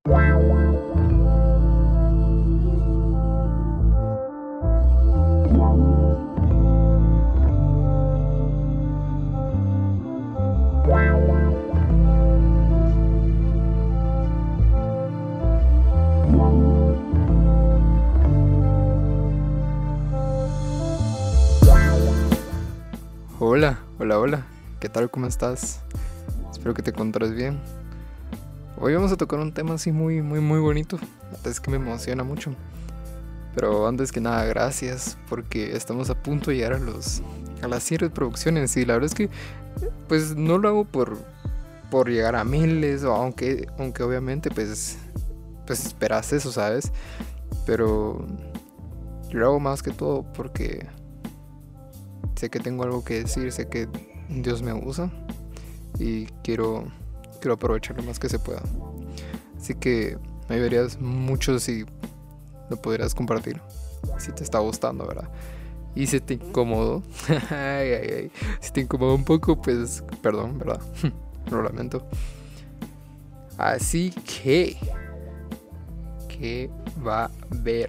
Hola, ¿qué tal? ¿Cómo estás? Espero que te encuentres bien. Hoy vamos a tocar un tema así muy bonito. Es que me emociona mucho. Pero antes que nada, gracias, porque estamos a punto de llegar a las 100 reproducciones. Y la verdad es que pues no lo hago por llegar a miles, o aunque obviamente pues esperas eso, ¿sabes? Pero yo lo hago más que todo porque sé que tengo algo que decir, sé que Dios me usa y quiero aprovechar lo más que se pueda. Así que me ayudarías mucho si lo pudieras compartir, si te está gustando, ¿verdad? Y si te incomodo, si te incomoda un poco, pues perdón, ¿verdad? Lo lamento. Así que, ¿qué va a ver?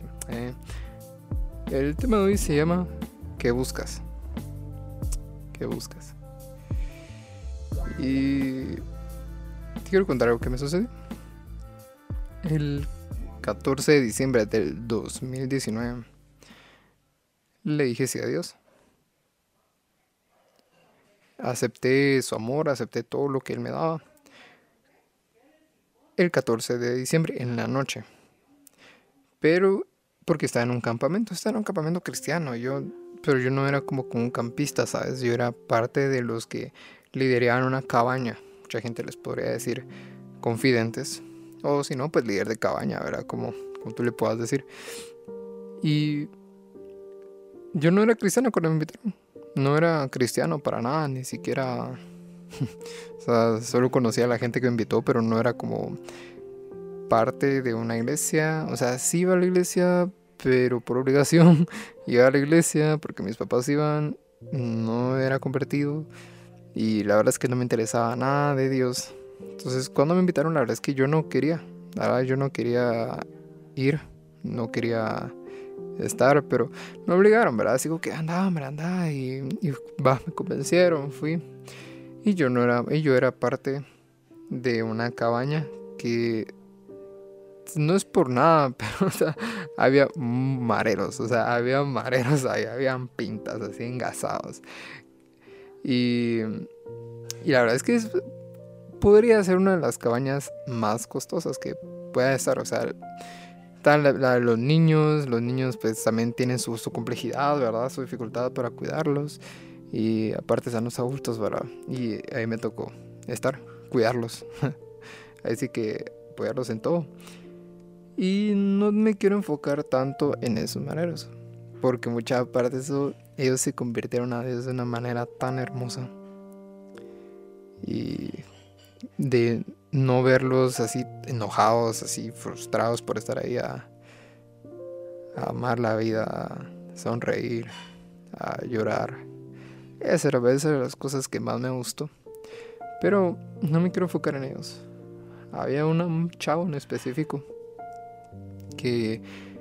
El tema de hoy se llama ¿qué buscas? ¿Qué buscas? Y te quiero contar algo que me sucedió. El 14 de diciembre del 2019 le dije sí a Dios. Acepté su amor, acepté todo lo que Él me daba. El 14 de diciembre en la noche. Pero porque estaba en un campamento cristiano. Pero yo no era como un campista, ¿sabes? Yo era parte de los que lideraban una cabaña. Mucha gente les podría decir confidentes. O si no, pues líder de cabaña, ¿verdad? Como tú le puedas decir. Y yo no era cristiano cuando me invitaron. No era cristiano para nada, ni siquiera... O sea, solo conocía a la gente que me invitó, pero no era como parte de una iglesia. O sea, sí iba a la iglesia, pero por obligación. Iba a la iglesia porque mis papás iban. No era convertido. Y la verdad es que no me interesaba nada de Dios. Entonces cuando me invitaron, la verdad es que yo no quería. La verdad yo no quería ir. No quería estar, pero me obligaron, ¿verdad? Así como que anda. Y me convencieron, fui. Y yo era parte de una cabaña que no es por nada, pero o sea, había mareros ahí, habían pintas así engasados. Y la verdad es que podría ser una de las cabañas más costosas que pueda estar. O sea, están los niños pues también tienen su complejidad, ¿verdad? Su dificultad para cuidarlos. Y aparte están los adultos, ¿verdad? Y ahí me tocó cuidarlos. Así que apoyarlos en todo. Y no me quiero enfocar tanto en esos maneros, porque mucha parte de eso, ellos se convirtieron a Dios de una manera tan hermosa. Y de no verlos así enojados, así frustrados por estar ahí a amar la vida, a sonreír, a llorar. Esa era de las cosas que más me gustó. Pero no me quiero enfocar en ellos. Había un chavo en específico que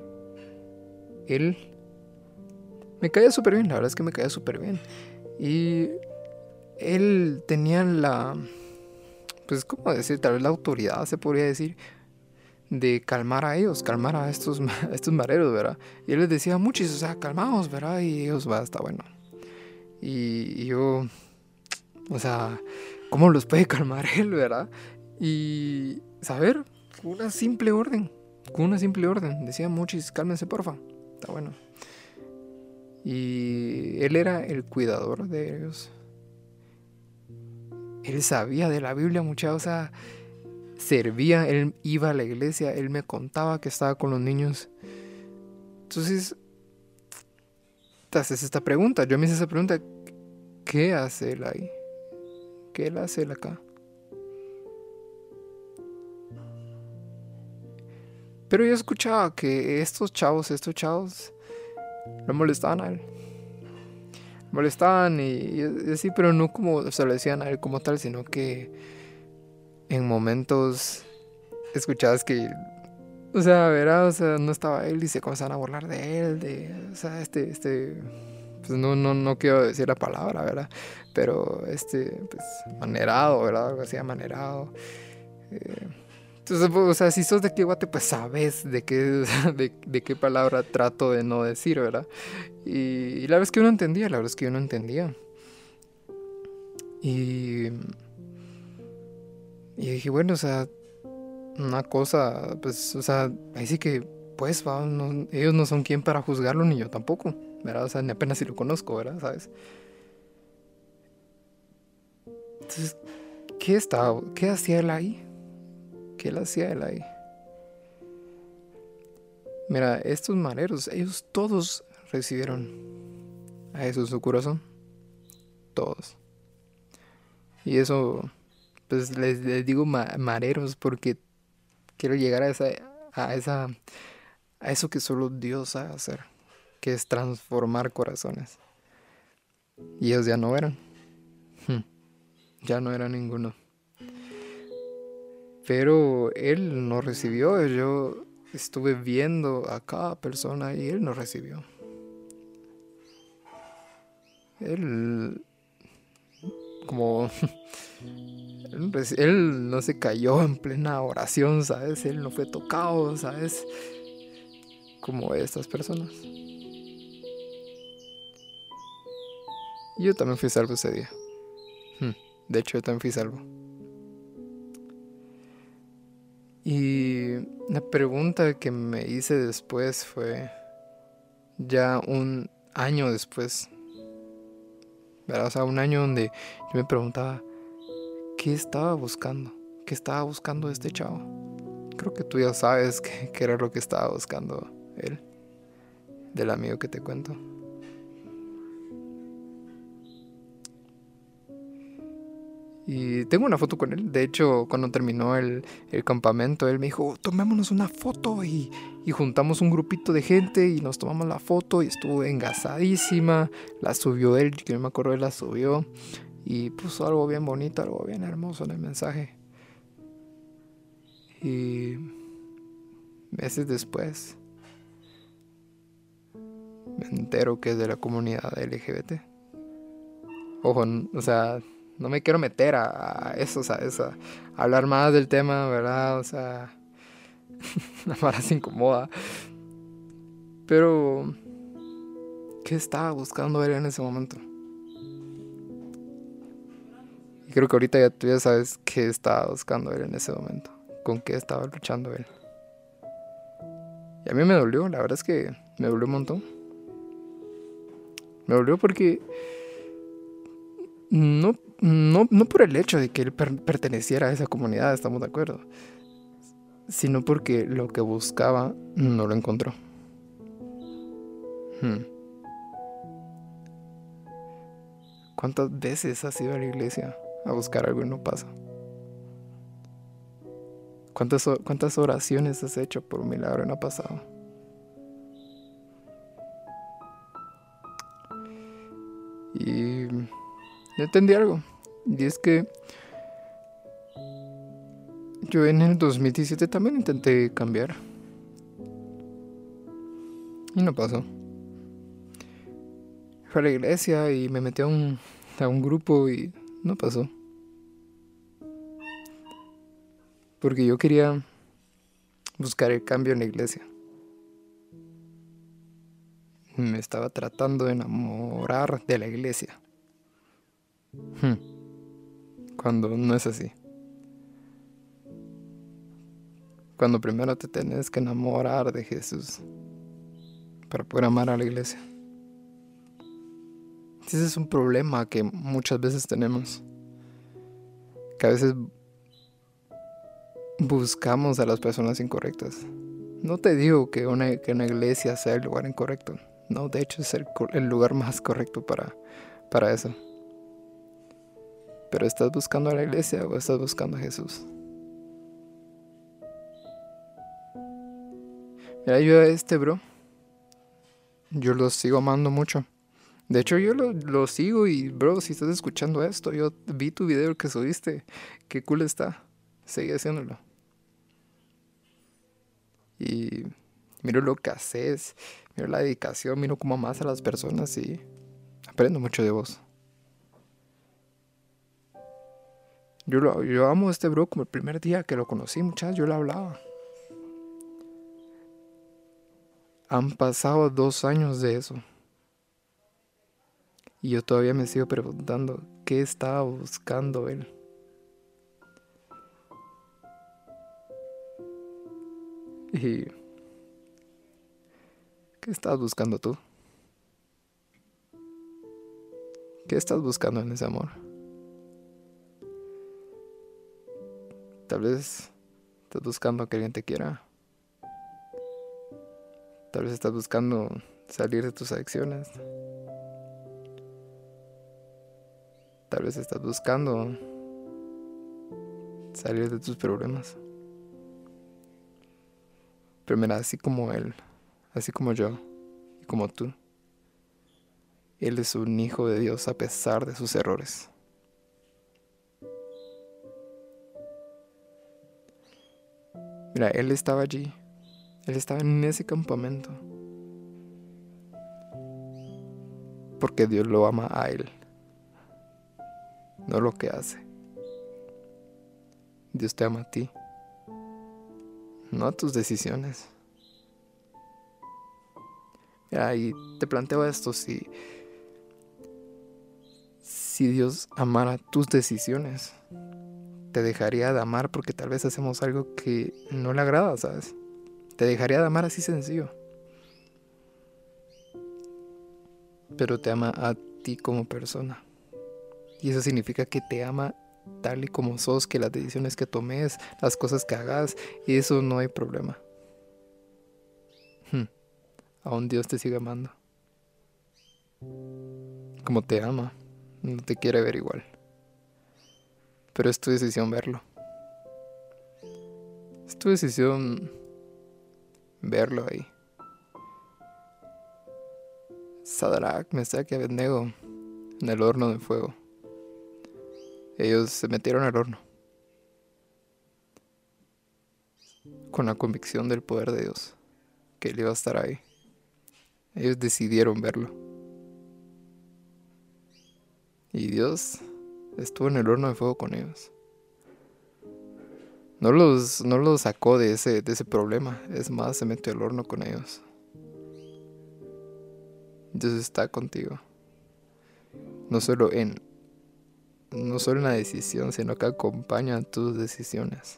él me caía súper bien, la verdad es que me caía súper bien. Y él tenía pues cómo decir, tal vez la autoridad, se podría decir, de calmar a ellos, calmar a estos mareros, ¿verdad? Y él les decía muchos, o sea, calmaos, ¿verdad? Y ellos, va, está bueno. Y yo, o sea, ¿cómo los puede calmar él, verdad? Y, saber, con una simple orden, decía muchis, cálmense porfa, está bueno. Y él era el cuidador de ellos. Él sabía de la Biblia, muchachos, o sea, servía, él iba a la iglesia, él me contaba que estaba con los niños. Entonces, te haces esta pregunta, yo me hice esa pregunta, ¿qué hace él ahí? ¿Qué él hace él acá? Pero yo escuchaba que estos chavos lo molestaban a él. Molestaban y así, pero no como se lo decían a él como tal, sino que en momentos escuchabas que, o sea, ¿verdad? O sea, no estaba él y se comenzaban a burlar de él, o sea, pues no quiero decir la palabra, ¿verdad? Pero pues, manerado, ¿verdad? Algo así, manerado. Eh, entonces, pues, o sea, si sos de aquí, Guate, pues sabes de qué, de qué palabra trato de no decir, ¿verdad? Y la verdad es que uno entendía, la verdad es que uno entendía. Y, y dije, bueno, o sea, una cosa, pues, o sea, ahí sí que, pues, va, ellos no son quien para juzgarlo, ni yo tampoco, ¿verdad? O sea, ni apenas si lo conozco, ¿verdad? ¿Sabes? Entonces, qué hacía él ahí? ¿Qué él hacía él ahí? Mira, estos mareros, ellos todos recibieron a Jesús su corazón, todos. Y eso, pues, les digo mareros porque quiero llegar a esa, a eso que solo Dios sabe hacer, que es transformar corazones. Y ellos ya no eran. Ya no era ninguno. Pero él no recibió. Yo estuve viendo a cada persona y él no recibió. Él, como, él no se cayó en plena oración, ¿sabes? Él no fue tocado, ¿sabes? Como estas personas. Y yo también fui salvo ese día. De hecho, yo también fui salvo. Y la pregunta que me hice después fue, ya un año después, ¿verdad? O sea, un año donde yo me preguntaba, ¿qué estaba buscando? ¿Qué estaba buscando este chavo? Creo que tú ya sabes qué era lo que estaba buscando él, del amigo que te cuento. Y tengo una foto con él. De hecho, cuando terminó el campamento, él me dijo, tomémonos una foto. Y juntamos un grupito de gente y nos tomamos la foto. Y estuvo engasadísima. La subió él, que no me acuerdo, él la subió. Y puso algo bien bonito, algo bien hermoso en el mensaje. Y meses después me entero que es de la comunidad LGBT. Ojo, o sea, no me quiero meter a eso, ¿sabes? A hablar más del tema, ¿verdad? O sea, la vara se incomoda. Pero, ¿qué estaba buscando él en ese momento? Y creo que ahorita tú ya sabes qué estaba buscando él en ese momento. Con qué estaba luchando él. Y a mí me dolió, la verdad es que me dolió un montón. Me dolió porque no por el hecho de que él perteneciera a esa comunidad, estamos de acuerdo, sino porque lo que buscaba no lo encontró. ¿Cuántas veces has ido a la iglesia a buscar algo y no pasa? ¿Cuántas oraciones has hecho por un milagro y no ha pasado? Y yo entendí algo. Y es que yo en el 2017 también intenté cambiar. Y no pasó. Fui a la iglesia y me metí a un grupo y no pasó. Porque yo quería buscar el cambio en la iglesia. Me estaba tratando de enamorar de la iglesia. Cuando no es así. Cuando primero te tenés que enamorar de Jesús para poder amar a la iglesia. Ese es un problema que muchas veces tenemos. Que a veces buscamos a las personas incorrectas. No te digo que una iglesia sea el lugar incorrecto. No, de hecho es el lugar más correcto para eso. Pero ¿estás buscando a la iglesia o estás buscando a Jesús? Mira, yo a bro, yo lo sigo amando mucho. De hecho, yo lo sigo y, bro, si estás escuchando esto, yo vi tu video que subiste. Qué cool está. Sigue haciéndolo. y miro lo que haces, miro la dedicación, miro cómo amas a las personas y aprendo mucho de vos. Yo amo a este bro como el primer día que lo conocí, muchachos, yo le hablaba. Han pasado 2 años de eso. Y yo todavía me sigo preguntando qué estaba buscando él. ¿Y qué estás buscando tú? ¿Qué estás buscando en ese amor? Tal vez estás buscando que alguien te quiera. Tal vez estás buscando salir de tus adicciones. Tal vez estás buscando salir de tus problemas. Pero mira, así como él, así como yo y como tú, él es un hijo de Dios a pesar de sus errores. Mira, él estaba allí. Él estaba en ese campamento. Porque Dios lo ama a él. No lo que hace. Dios te ama a ti. No a tus decisiones. Mira, y te planteo esto, si Dios amara tus decisiones, te dejaría de amar porque tal vez hacemos algo que no le agrada, ¿sabes? Te dejaría de amar así sencillo. Pero te ama a ti como persona. Y eso significa que te ama tal y como sos, que las decisiones que tomes, las cosas que hagas, y eso no hay problema. Aún Dios te sigue amando. Como te ama, no te quiere ver igual. Pero es tu decisión verlo. Es tu decisión verlo ahí. Sadrach, Mesach y Abednego en el horno de fuego. Ellos se metieron al horno con la convicción del poder de Dios, que Él iba a estar ahí. Ellos decidieron verlo. Y Dios estuvo en el horno de fuego con ellos. No los sacó de ese problema. Es más, se metió al horno con ellos. Dios está contigo. No solo en la decisión, sino que acompaña tus decisiones.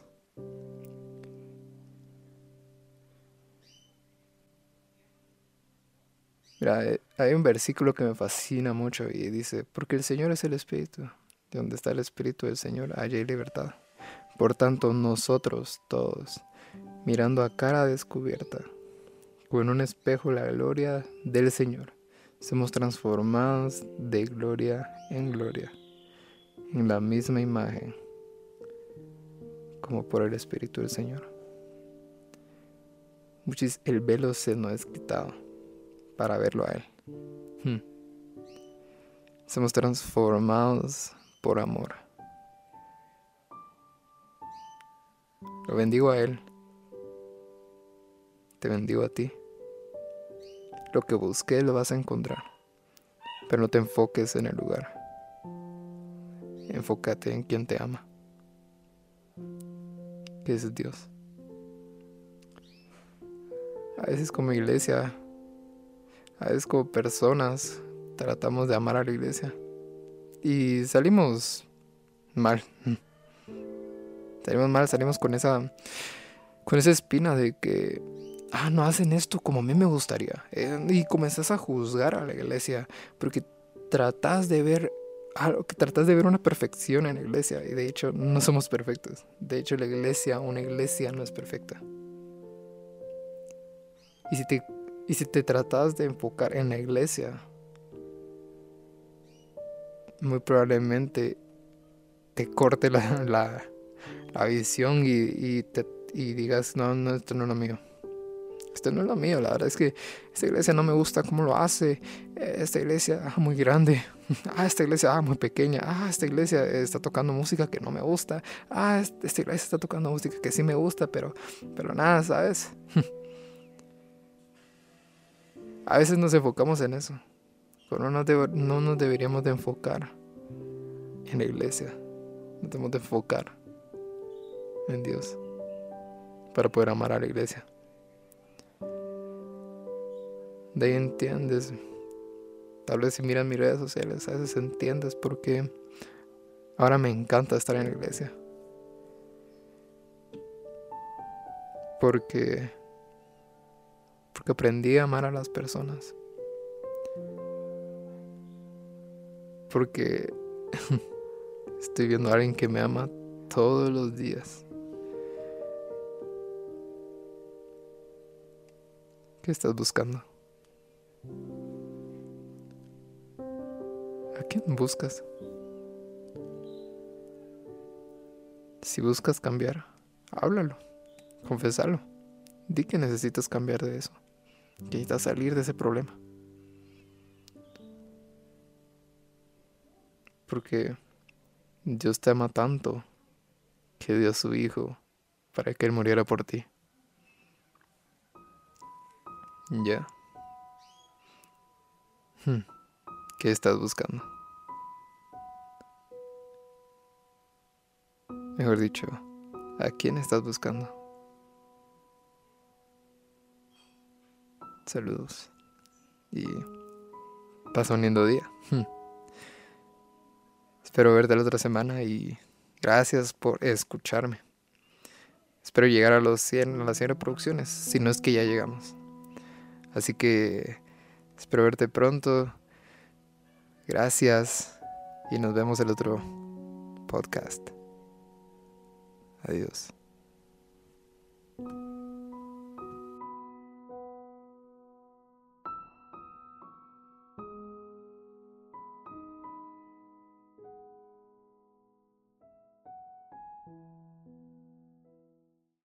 Mira, hay un versículo que me fascina mucho y dice, porque el Señor es el Espíritu. De donde está el Espíritu del Señor, allá hay libertad. Por tanto, nosotros todos, mirando a cara descubierta, con un espejo la gloria del Señor, somos transformados de gloria en gloria, en la misma imagen, como por el Espíritu del Señor. El velo se nos es quitado para verlo a Él. Somos transformados por amor. Lo bendigo a Él. Te bendigo a ti. Lo que busques lo vas a encontrar. Pero no te enfoques en el lugar. Enfócate en quien te ama, que es Dios. A veces como iglesia, a veces como personas, tratamos de amar a la iglesia y salimos mal. Salimos con esa espina de que no hacen esto como a mí me gustaría. Y comenzás a juzgar a la iglesia porque tratas de ver una perfección en la iglesia, y de hecho no somos perfectos. De hecho una iglesia no es perfecta. Y si te tratas de enfocar en la iglesia, muy probablemente te corte la visión y digas, no, esto no es lo mío. Esto no es lo mío, la verdad es que esta iglesia no me gusta cómo lo hace. Esta iglesia muy grande. Esta iglesia muy pequeña. Esta iglesia está tocando música que no me gusta. Esta iglesia está tocando música que sí me gusta, pero nada, ¿sabes? A veces nos enfocamos en eso, pero no nos deberíamos de enfocar en la iglesia. Nos debemos de enfocar en Dios para poder amar a la iglesia. De ahí entiendes, tal vez si miras mis redes sociales, a veces entiendes por qué ahora me encanta estar en la iglesia. Porque aprendí a amar a las personas. Porque estoy viendo a alguien que me ama todos los días. ¿Qué estás buscando? ¿A quién buscas? Si buscas cambiar, háblalo, confésalo. Di que necesitas cambiar de eso, que necesitas salir de ese problema. Porque Dios te ama tanto que dio a su Hijo para que Él muriera por ti. Ya. ¿Qué estás buscando? Mejor dicho, ¿a quién estás buscando? Saludos. Y pasa un lindo día. Espero verte la otra semana y gracias por escucharme. Espero llegar a las 100 reproducciones, si no es que ya llegamos. Así que espero verte pronto. Gracias y nos vemos en el otro podcast. Adiós.